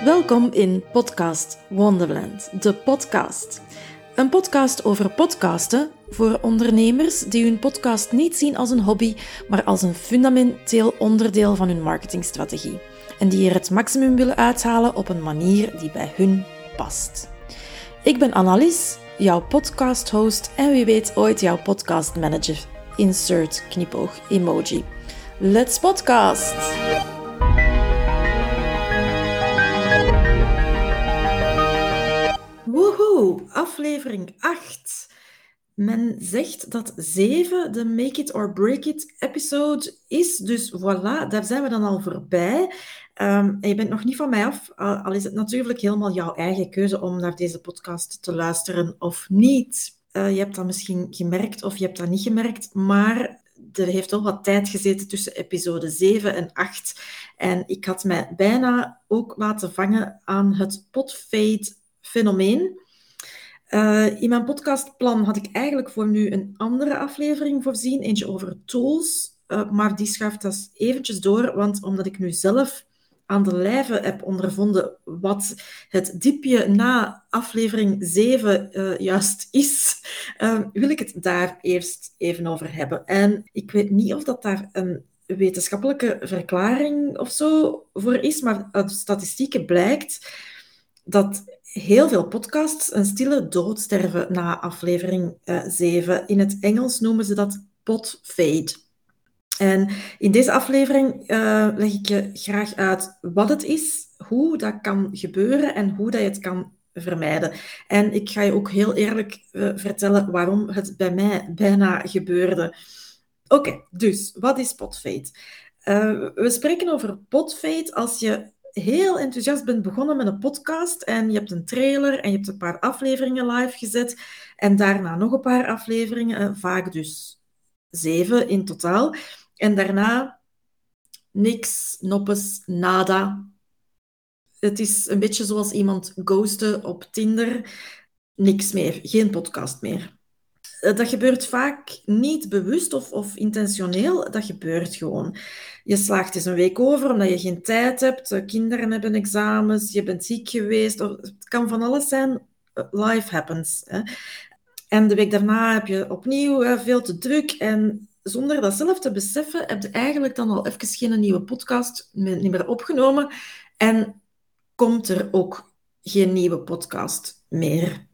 Welkom in Podcast Wonderland, de podcast. Een podcast over podcasten voor ondernemers die hun podcast niet zien als een hobby, maar als een fundamenteel onderdeel van hun marketingstrategie. En die er het maximum willen uithalen op een manier die bij hun past. Ik ben Annalies, jouw podcast-host en wie weet ooit jouw podcast-manager. Insert knipoog emoji. Let's podcast! Woehoe, aflevering 8. Men zegt dat 7 de Make It or Break It episode is, dus voilà, daar zijn we dan al voorbij. En je bent nog niet van mij af, al is het natuurlijk helemaal jouw eigen keuze om naar deze podcast te luisteren of niet. Je hebt dat misschien gemerkt of je hebt dat niet gemerkt, maar er heeft wel wat tijd gezeten tussen episode 7 en 8. En ik had mij bijna ook laten vangen aan het podfade-fenomeen. In mijn podcastplan had ik eigenlijk voor nu een andere aflevering voorzien, eentje over tools, maar die schuift dat eventjes door, want omdat ik nu zelf aan de lijve heb ondervonden wat het diepje na aflevering 7 juist is, wil ik het daar eerst even over hebben. En ik weet niet of dat daar een wetenschappelijke verklaring of zo voor is, maar uit statistieken blijkt dat heel veel podcasts een stille dood sterven na aflevering 7. In het Engels noemen ze dat podfade. En in deze aflevering leg ik je graag uit wat het is, hoe dat kan gebeuren en hoe dat je het kan vermijden. En ik ga je ook heel eerlijk vertellen waarom het bij mij bijna gebeurde. Oké, dus wat is podfade? We spreken over podfade als je heel enthousiast bent begonnen met een podcast en je hebt een trailer en je hebt een paar afleveringen live gezet en daarna nog een paar afleveringen, vaak dus 7 in totaal. En daarna niks, noppes, nada. Het is een beetje zoals iemand ghosten op Tinder. Niks meer, geen podcast meer. Dat gebeurt vaak niet bewust of intentioneel, dat gebeurt gewoon. Je slaagt eens een week over omdat je geen tijd hebt, kinderen hebben examens, je bent ziek geweest, het kan van alles zijn, life happens. Hè. En de week daarna heb je opnieuw veel te druk en zonder dat zelf te beseffen, heb je eigenlijk dan al even geen nieuwe podcast meer opgenomen en komt er ook geen nieuwe podcast meer.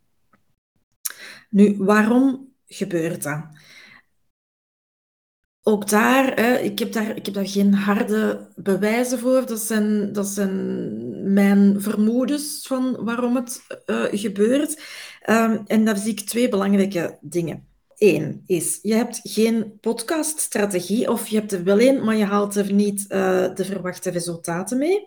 Nu, waarom gebeurt dat? Ook daar, ik heb daar geen harde bewijzen voor. Dat zijn mijn vermoedens van waarom het gebeurt. En daar zie ik 2 belangrijke dingen. 1 is, je hebt geen podcaststrategie, of je hebt er wel een, maar je haalt er niet de verwachte resultaten mee.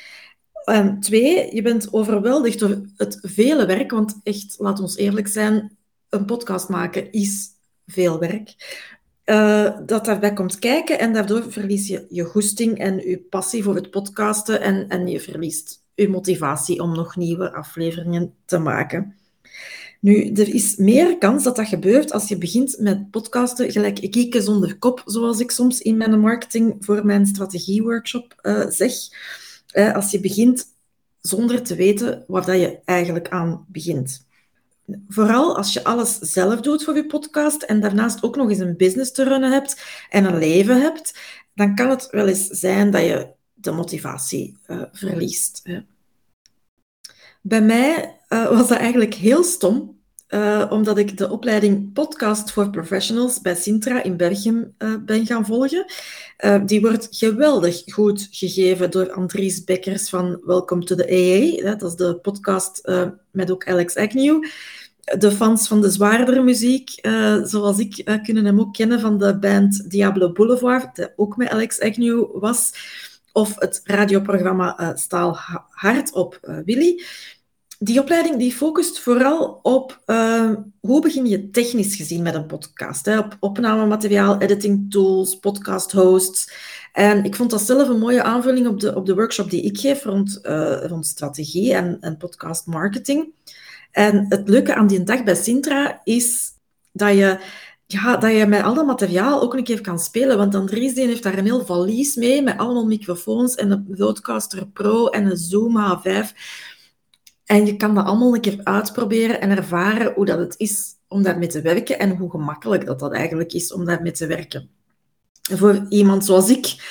2, je bent overweldigd door het vele werk, want echt, laat ons eerlijk zijn, een podcast maken is veel werk. Dat daarbij komt kijken en daardoor verlies je je goesting en je passie voor het podcasten en je verliest je motivatie om nog nieuwe afleveringen te maken. Nu, er is meer kans dat dat gebeurt als je begint met podcasten gelijk kieken zonder kop, zoals ik soms in mijn marketing voor mijn strategieworkshop zeg. Als je begint zonder te weten waar dat je eigenlijk aan begint. Vooral als je alles zelf doet voor je podcast en daarnaast ook nog eens een business te runnen hebt en een leven hebt, dan kan het wel eens zijn dat je de motivatie verliest. Bij mij was dat eigenlijk heel stom, omdat ik de opleiding Podcast for Professionals bij Sintra in Berchem ben gaan volgen. Die wordt geweldig goed gegeven door Andries Bekkers van Welcome to the AA. Dat is de podcast met ook Alex Agnew. De fans van de zwaardere muziek, zoals ik, kunnen hem ook kennen van de band Diablo Boulevard, dat ook met Alex Agnew was. Of het radioprogramma Staal Hard op Willy. Die opleiding die focust vooral op hoe begin je technisch gezien met een podcast. Hè? Op opnamemateriaal, editing tools, podcast hosts. En ik vond dat zelf een mooie aanvulling op de workshop die ik geef rond strategie en podcast marketing. En het leuke aan die dag bij Sintra is dat je ja, dat je met al dat materiaal ook een keer kan spelen. Want Andries die heeft daar een heel valies mee, met allemaal microfoons en een Rodecaster Pro en een Zoom H5. En je kan dat allemaal een keer uitproberen en ervaren hoe dat het is om daarmee te werken en hoe gemakkelijk dat eigenlijk is om daarmee te werken. En voor iemand zoals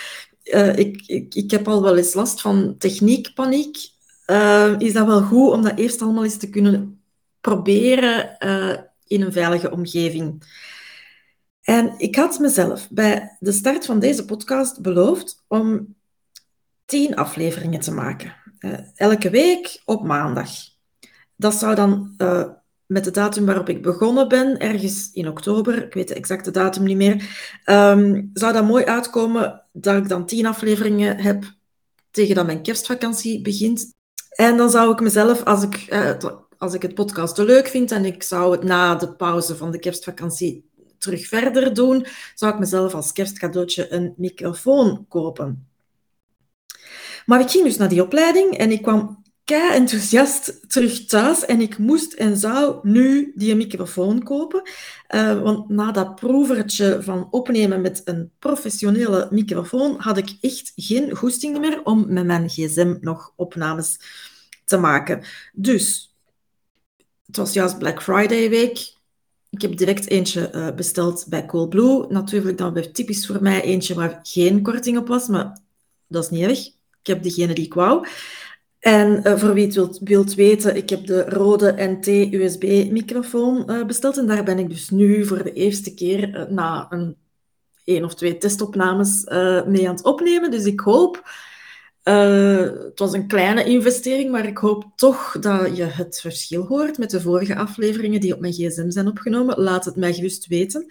ik heb al wel eens last van techniekpaniek, is dat wel goed om dat eerst allemaal eens te kunnen proberen in een veilige omgeving. En ik had mezelf bij de start van deze podcast beloofd om 10 afleveringen te maken. Elke week op maandag. Dat zou dan met de datum waarop ik begonnen ben, ergens in oktober, ik weet de exacte datum niet meer, zou dat mooi uitkomen dat ik dan 10 afleveringen heb tegen dat mijn kerstvakantie begint. En dan zou ik mezelf, als ik het podcast te leuk vind en ik zou het na de pauze van de kerstvakantie terug verder doen, zou ik mezelf als kerstcadeautje een microfoon kopen. Maar ik ging dus naar die opleiding en ik kwam kei enthousiast terug thuis en ik moest en zou nu die microfoon kopen. Want na dat proevertje van opnemen met een professionele microfoon had ik echt geen goesting meer om met mijn gsm nog opnames te maken. Dus het was juist Black Friday week. Ik heb direct eentje besteld bij Coolblue. Natuurlijk dan weer typisch voor mij eentje waar geen korting op was, maar dat is niet erg. Ik heb degene die ik wou. En voor wie het wilt weten, ik heb de Rode NT USB-microfoon besteld. En daar ben ik dus nu voor de eerste keer na één of twee testopnames mee aan het opnemen. Dus ik hoop... het was een kleine investering, maar ik hoop toch dat je het verschil hoort met de vorige afleveringen die op mijn gsm zijn opgenomen. Laat het mij gerust weten.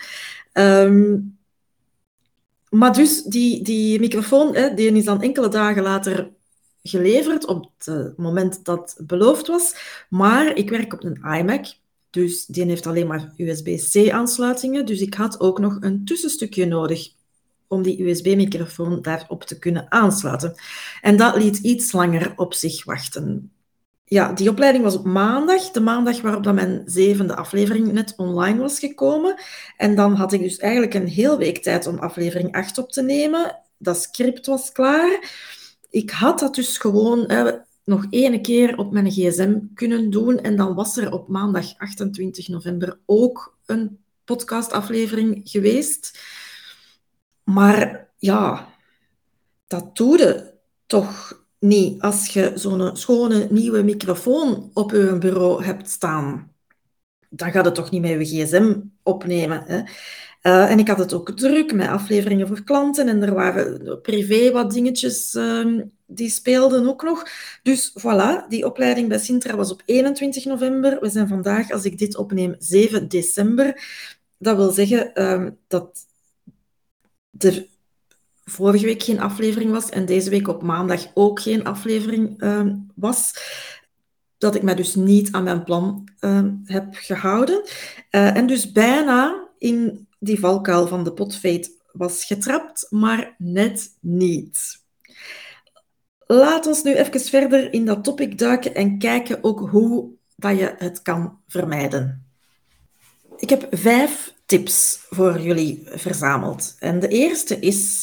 Maar dus die microfoon, die is dan enkele dagen later geleverd op het moment dat beloofd was. Maar ik werk op een iMac, dus die heeft alleen maar USB-C-aansluitingen. Dus ik had ook nog een tussenstukje nodig om die USB-microfoon daarop te kunnen aansluiten. En dat liet iets langer op zich wachten. Ja, die opleiding was op maandag, de maandag waarop dat mijn 7e aflevering net online was gekomen. En dan had ik dus eigenlijk een heel week tijd om aflevering 8 op te nemen. Dat script was klaar. Ik had dat dus gewoon nog 1 keer op mijn gsm kunnen doen. En dan was er op maandag 28 november ook een podcastaflevering geweest. Maar ja, dat doe je toch niet als je zo'n schone nieuwe microfoon op je bureau hebt staan. Dan gaat het toch niet met je gsm opnemen. Hè? En ik had het ook druk met afleveringen voor klanten en er waren privé wat dingetjes die speelden ook nog. Dus voilà, die opleiding bij Sintra was op 21 november. We zijn vandaag, als ik dit opneem, 7 december. Dat wil zeggen dat er vorige week geen aflevering was en deze week op maandag ook geen aflevering was. Dat ik mij dus niet aan mijn plan heb gehouden. En dus bijna in die valkuil van de potfate was getrapt, maar net niet. Laat ons nu even verder in dat topic duiken en kijken ook hoe dat je het kan vermijden. Ik heb 5 tips voor jullie verzameld. En de eerste is: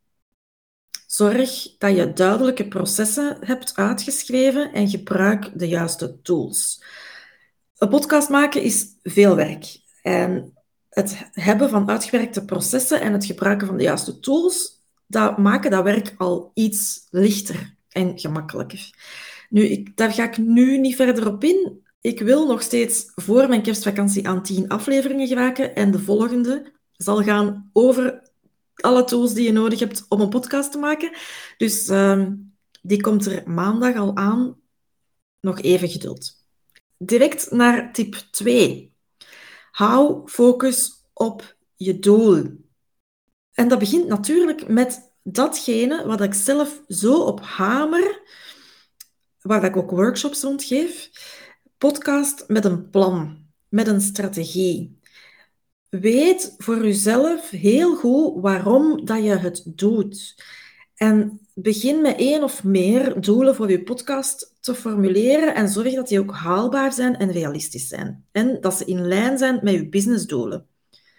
zorg dat je duidelijke processen hebt uitgeschreven en gebruik de juiste tools. Een podcast maken is veel werk. En het hebben van uitgewerkte processen en het gebruiken van de juiste tools, dat maken dat werk al iets lichter en gemakkelijker. Nu, daar ga ik nu niet verder op in. Ik wil nog steeds voor mijn kerstvakantie aan 10 afleveringen geraken en de volgende zal gaan over alle tools die je nodig hebt om een podcast te maken. Dus die komt er maandag al aan. Nog even geduld. Direct naar tip 2. Hou focus op je doel. En dat begint natuurlijk met datgene wat ik zelf zo op hamer, waar ik ook workshops rond geef. Podcast met een plan, met een strategie. Weet voor jezelf heel goed waarom dat je het doet. En begin met 1 of meer doelen voor je podcast te formuleren en zorg dat die ook haalbaar zijn en realistisch zijn. En dat ze in lijn zijn met je businessdoelen.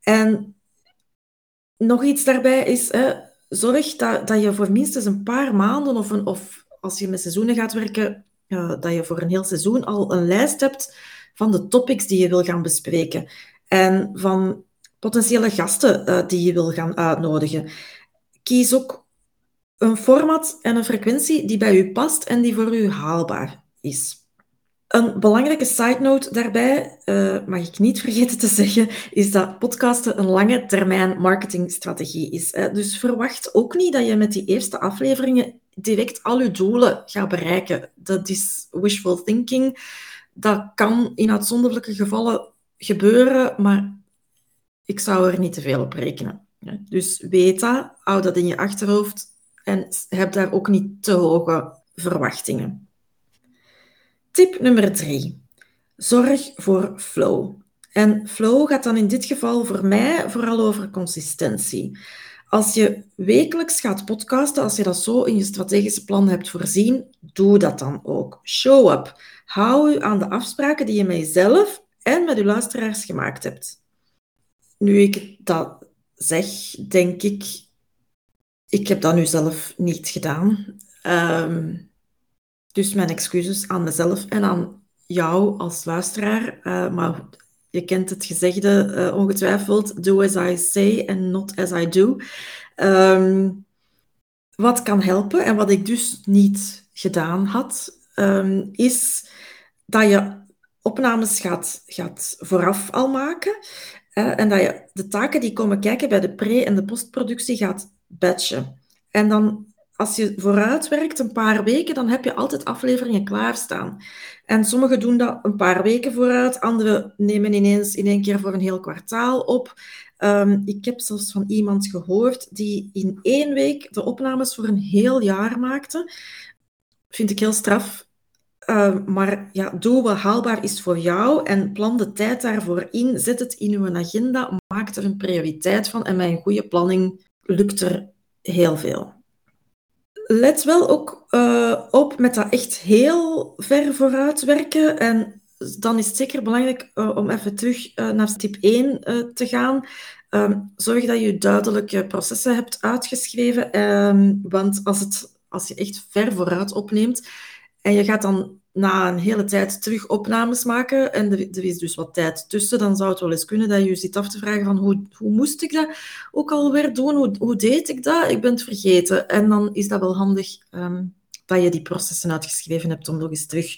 En nog iets daarbij is, zorg dat je voor minstens een paar maanden of als je met seizoenen gaat werken, dat je voor een heel seizoen al een lijst hebt van de topics die je wil gaan bespreken en van potentiële gasten die je wil gaan uitnodigen. Kies ook een format en een frequentie die bij u past en die voor u haalbaar is. Een belangrijke side note daarbij, mag ik niet vergeten te zeggen, is dat podcasten een lange termijn marketingstrategie is. Dus verwacht ook niet dat je met die eerste afleveringen direct al je doelen gaat bereiken. Dat is wishful thinking. Dat kan in uitzonderlijke gevallen gebeuren, maar ik zou er niet te veel op rekenen. Dus weet dat, hou dat in je achterhoofd en heb daar ook niet te hoge verwachtingen. Tip nummer 3. Zorg voor flow. En flow gaat dan in dit geval voor mij vooral over consistentie. Als je wekelijks gaat podcasten, als je dat zo in je strategische plan hebt voorzien, doe dat dan ook. Show up. Hou je aan de afspraken die je met jezelf en met je luisteraars gemaakt hebt. Nu ik dat zeg, denk ik heb dat nu zelf niet gedaan. Dus mijn excuses aan mezelf en aan jou als luisteraar. Maar je kent het gezegde ongetwijfeld, do as I say and not as I do. Wat kan helpen en wat ik dus niet gedaan had, is dat je opnames gaat vooraf al maken en dat je de taken die komen kijken bij de pre- en de postproductie gaat batchen. En dan, als je vooruit werkt een paar weken, dan heb je altijd afleveringen klaarstaan. En sommigen doen dat een paar weken vooruit, anderen nemen ineens in één keer voor een heel kwartaal op. Ik heb zelfs van iemand gehoord die in 1 week de opnames voor een heel jaar maakte. Vind ik heel straf. Maar ja, doe wat haalbaar is voor jou en plan de tijd daarvoor in. Zet het in uw agenda, maak er een prioriteit van en met een goede planning lukt er heel veel. Let wel ook op met dat echt heel ver vooruit werken. En dan is het zeker belangrijk om even terug naar tip 1 te gaan. Zorg dat je duidelijke processen hebt uitgeschreven. Want als je echt ver vooruit opneemt en je gaat dan na een hele tijd terug opnames maken en er is dus wat tijd tussen, dan zou het wel eens kunnen dat je je zit af te vragen van hoe moest ik dat ook alweer doen? Hoe deed ik dat? Ik ben het vergeten. En dan is dat wel handig dat je die processen uitgeschreven hebt om nog eens terug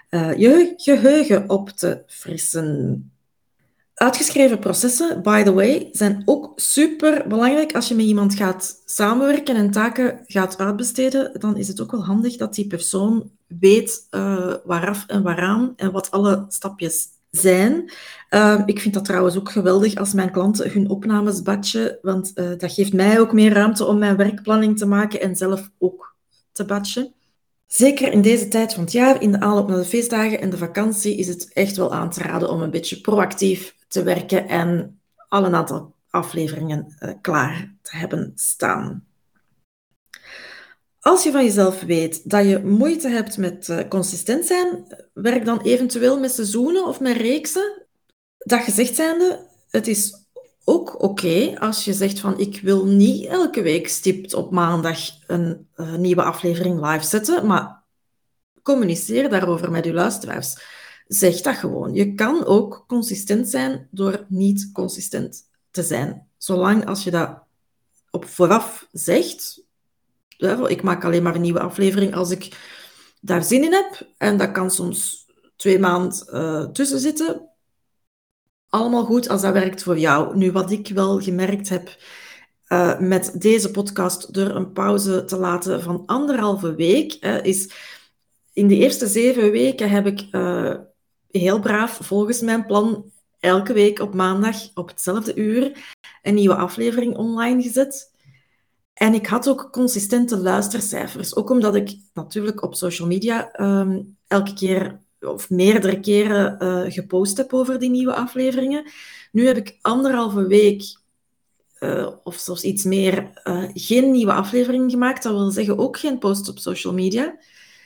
je geheugen op te frissen. Uitgeschreven processen, by the way, zijn ook super belangrijk. Als je met iemand gaat samenwerken en taken gaat uitbesteden, dan is het ook wel handig dat die persoon weet waaraf en waaraan en wat alle stapjes zijn. Ik vind dat trouwens ook geweldig als mijn klanten hun opnames batchen, want dat geeft mij ook meer ruimte om mijn werkplanning te maken en zelf ook te batchen. Zeker in deze tijd van het jaar, in de aanloop naar de feestdagen en de vakantie, is het echt wel aan te raden om een beetje proactief te werken en al een aantal afleveringen klaar te hebben staan. Als je van jezelf weet dat je moeite hebt met consistent zijn, werk dan eventueel met seizoenen of met reeksen. Dat gezegd zijnde, het is ook oké als je zegt van ik wil niet elke week stipt op maandag een nieuwe aflevering live zetten, maar communiceer daarover met je luisteraars. Zeg dat gewoon. Je kan ook consistent zijn door niet consistent te zijn. Zolang als je dat op vooraf zegt, ik maak alleen maar een nieuwe aflevering als ik daar zin in heb, en dat kan soms 2 maanden tussen zitten. Allemaal goed als dat werkt voor jou. Nu, wat ik wel gemerkt heb met deze podcast door een pauze te laten van 1,5 week, is in de eerste 7 weken heb ik heel braaf volgens mijn plan elke week op maandag op hetzelfde uur een nieuwe aflevering online gezet. En ik had ook consistente luistercijfers. Ook omdat ik natuurlijk op social media elke keer of meerdere keren gepost heb over die nieuwe afleveringen. Nu heb ik 1,5 week of zelfs iets meer geen nieuwe aflevering gemaakt. Dat wil zeggen ook geen post op social media.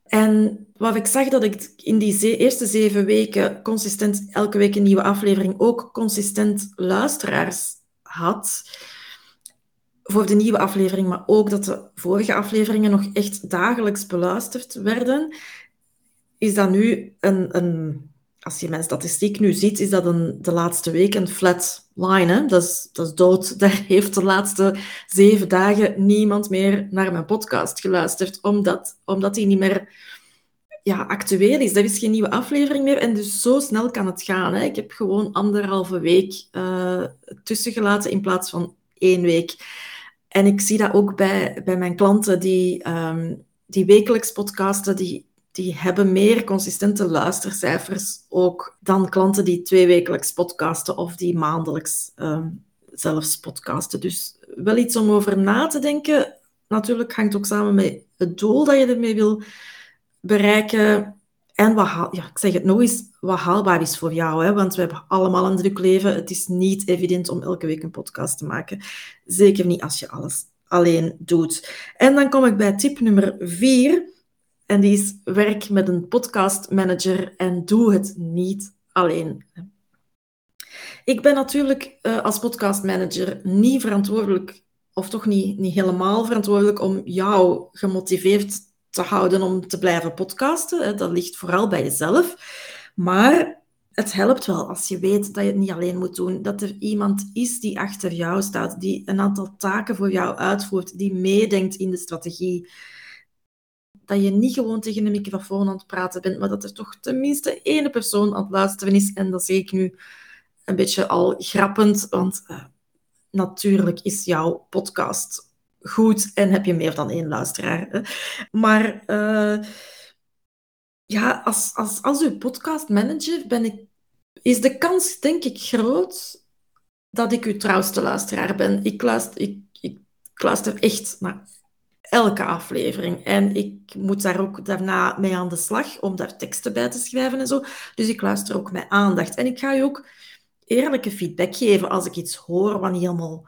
En wat ik zag, dat ik in die eerste 7 weken consistent elke week een nieuwe aflevering ook consistent luisteraars had voor de nieuwe aflevering, maar ook dat de vorige afleveringen nog echt dagelijks beluisterd werden, is dat nu als je mijn statistiek nu ziet, is dat de laatste week een flat line. Hè? Dat is dood. Daar heeft de laatste 7 dagen niemand meer naar mijn podcast geluisterd, omdat die niet meer actueel is. Er is geen nieuwe aflevering meer en dus zo snel kan het gaan. Hè? Ik heb gewoon 1,5 week tussengelaten in plaats van 1 week. En ik zie dat ook bij mijn klanten die wekelijks podcasten, die hebben meer consistente luistercijfers ook dan klanten die 2 wekelijks podcasten of die maandelijks zelfs podcasten. Dus wel iets om over na te denken. Natuurlijk hangt ook samen met het doel dat je ermee wil bereiken. En ik zeg het nog eens, wat haalbaar is voor jou. Hè? Want we hebben allemaal een druk leven. Het is niet evident om elke week een podcast te maken. Zeker niet als je alles alleen doet. En dan kom ik bij tip nummer 4. En die is: werk met een podcastmanager en doe het niet alleen. Ik ben natuurlijk als podcastmanager niet verantwoordelijk, of toch niet helemaal verantwoordelijk, om jou gemotiveerd te houden om te blijven podcasten. Dat ligt vooral bij jezelf. Maar het helpt wel als je weet dat je het niet alleen moet doen. Dat er iemand is die achter jou staat, die een aantal taken voor jou uitvoert, die meedenkt in de strategie. Dat je niet gewoon tegen een microfoon aan het praten bent, maar dat er toch tenminste 1 persoon aan het luisteren is. En dat zeg ik nu een beetje al grappend, want natuurlijk is jouw podcast goed en heb je meer dan 1 luisteraar. Hè. Maar als uw podcastmanager is de kans, denk ik, groot dat ik uw trouwste luisteraar ben. Ik luister echt naar elke aflevering. En ik moet daar ook daarna mee aan de slag om daar teksten bij te schrijven en zo. Dus ik luister ook met aandacht. En ik ga je ook eerlijke feedback geven als ik iets hoor wat niet helemaal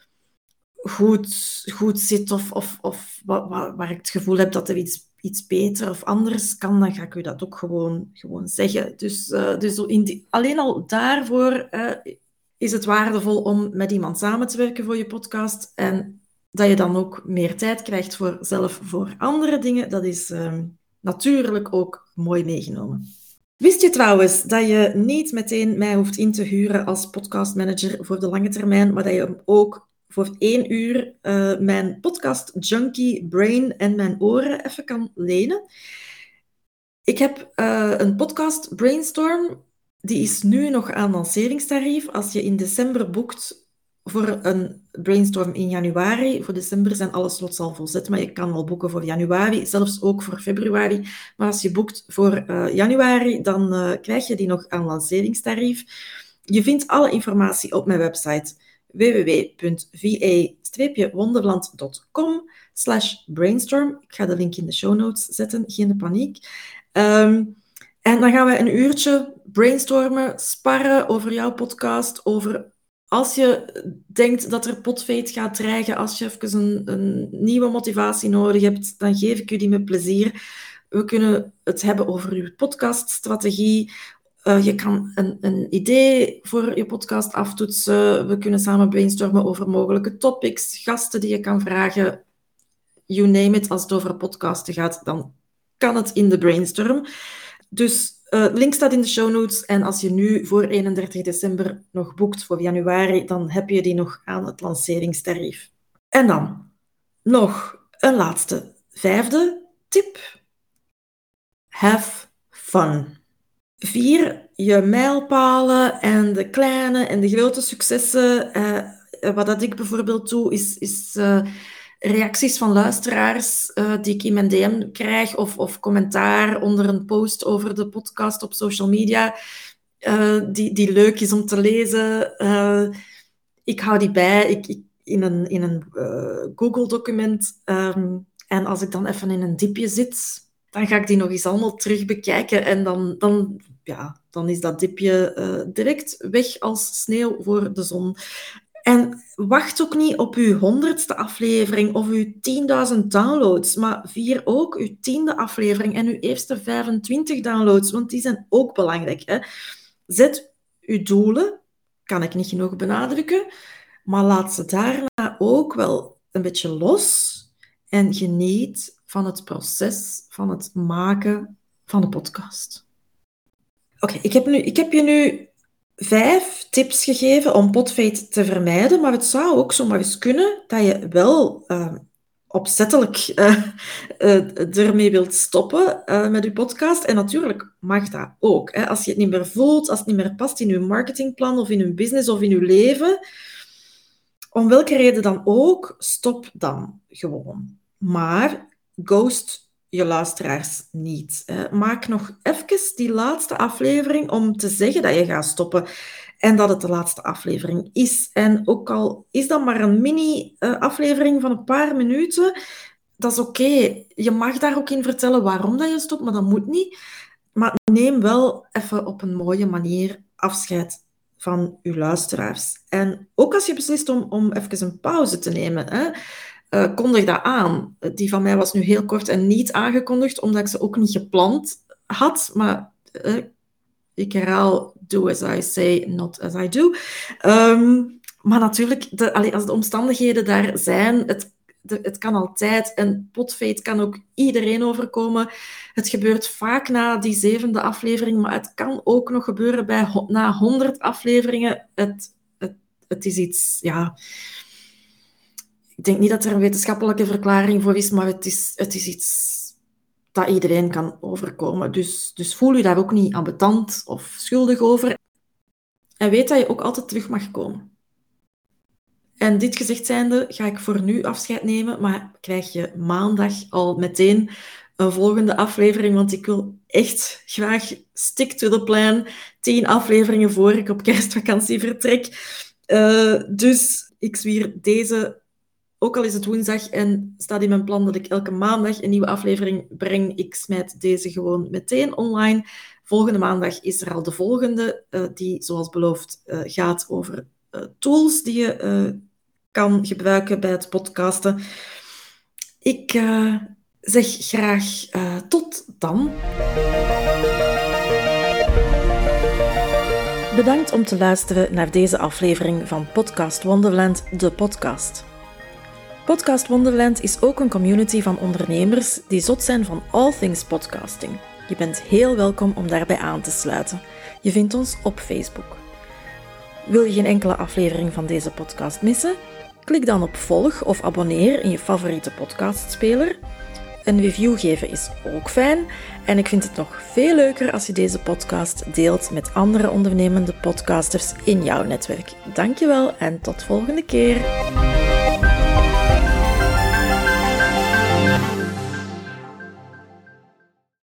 goed zit of waar ik het gevoel heb dat er iets beter of anders kan, dan ga ik u dat ook gewoon zeggen. Dus alleen al daarvoor is het waardevol om met iemand samen te werken voor je podcast. En dat je dan ook meer tijd krijgt voor andere dingen, dat is natuurlijk ook mooi meegenomen. Wist je trouwens dat je niet meteen mij hoeft in te huren als podcastmanager voor de lange termijn, maar dat je hem ook voor 1 uur mijn podcast Junkie Brain en mijn oren even kan lenen? Ik heb een podcast Brainstorm, die is nu nog aan lanceringstarief. Als je in december boekt voor een brainstorm in januari, voor december zijn alle slots al volzet, maar je kan al boeken voor januari, zelfs ook voor februari. Maar als je boekt voor januari, dan krijg je die nog aan lanceringstarief. Je vindt alle informatie op mijn website www.va-wonderland.com/brainstorm. Ik ga de link in de show notes zetten, geen paniek. En dan gaan we een uurtje brainstormen, sparren over jouw podcast, over als je denkt dat er potfeet gaat dreigen, als je even een nieuwe motivatie nodig hebt, dan geef ik u die met plezier. We kunnen het hebben over uw podcaststrategie. Je kan een idee voor je podcast aftoetsen. We kunnen samen brainstormen over mogelijke topics, gasten die je kan vragen. You name it, als het over podcasten gaat, dan kan het in de brainstorm. Dus link staat in de show notes. En als je nu voor 31 december nog boekt voor januari, dan heb je die nog aan het lanceringstarief. En dan nog een laatste, 5e tip. Have fun. Vier je mijlpalen en de kleine en de grote successen. Wat dat ik bijvoorbeeld doe, is reacties van luisteraars die ik in mijn DM krijg of commentaar onder een post over de podcast op social media, die leuk is om te lezen. Ik hou die bij in een Google-document. En als ik dan even in een diepje zit, dan ga ik die nog eens allemaal terug bekijken. En dan is dat dipje direct weg als sneeuw voor de zon. En wacht ook niet op uw 100ste aflevering of uw 10.000 downloads, maar vier ook uw 10e aflevering en uw eerste 25 downloads, want die zijn ook belangrijk. Hè? Zet uw doelen, kan ik niet genoeg benadrukken, maar laat ze daarna ook wel een beetje los en geniet van het proces van het maken van de podcast. Oké, ik heb je nu 5 tips gegeven om potfade te vermijden, maar het zou ook zomaar eens kunnen dat je wel opzettelijk ermee wilt stoppen met je podcast. En natuurlijk mag dat ook. Hè. Als je het niet meer voelt, als het niet meer past in je marketingplan of in je business of in je leven, om welke reden dan ook, stop dan gewoon. Maar ghost je luisteraars niet. Maak nog even die laatste aflevering om te zeggen dat je gaat stoppen en dat het de laatste aflevering is. En ook al is dat maar een mini-aflevering van een paar minuten, dat is oké. Je mag daar ook in vertellen waarom dat je stopt, maar dat moet niet. Maar neem wel even op een mooie manier afscheid van je luisteraars. En ook als je beslist om even een pauze te nemen, hè, kondig dat aan. Die van mij was nu heel kort en niet aangekondigd, omdat ik ze ook niet gepland had. Maar ik herhaal, do as I say, not as I do. Maar natuurlijk, als de omstandigheden daar zijn, het kan altijd. En potfade kan ook iedereen overkomen. Het gebeurt vaak na die 7e aflevering, maar het kan ook nog gebeuren na 100 afleveringen. Het is iets, ja... Ik denk niet dat er een wetenschappelijke verklaring voor is, maar het is iets dat iedereen kan overkomen. Dus voel je daar ook niet ambetant of schuldig over. En weet dat je ook altijd terug mag komen. En dit gezegd zijnde ga ik voor nu afscheid nemen, maar krijg je maandag al meteen een volgende aflevering, want ik wil echt graag stick to the plan. 10 afleveringen voor ik op kerstvakantie vertrek. Dus ik zwier deze... Ook al is het woensdag en staat in mijn plan dat ik elke maandag een nieuwe aflevering breng, ik smijt deze gewoon meteen online. Volgende maandag is er al de volgende, die zoals beloofd gaat over tools die je kan gebruiken bij het podcasten. Ik zeg graag tot dan. Bedankt om te luisteren naar deze aflevering van Podcast Wonderland, de podcast. Podcast Wonderland is ook een community van ondernemers die zot zijn van all things podcasting. Je bent heel welkom om daarbij aan te sluiten. Je vindt ons op Facebook. Wil je geen enkele aflevering van deze podcast missen? Klik dan op volg of abonneer in je favoriete podcastspeler. Een review geven is ook fijn. En ik vind het nog veel leuker als je deze podcast deelt met andere ondernemende podcasters in jouw netwerk. Dankjewel en tot volgende keer.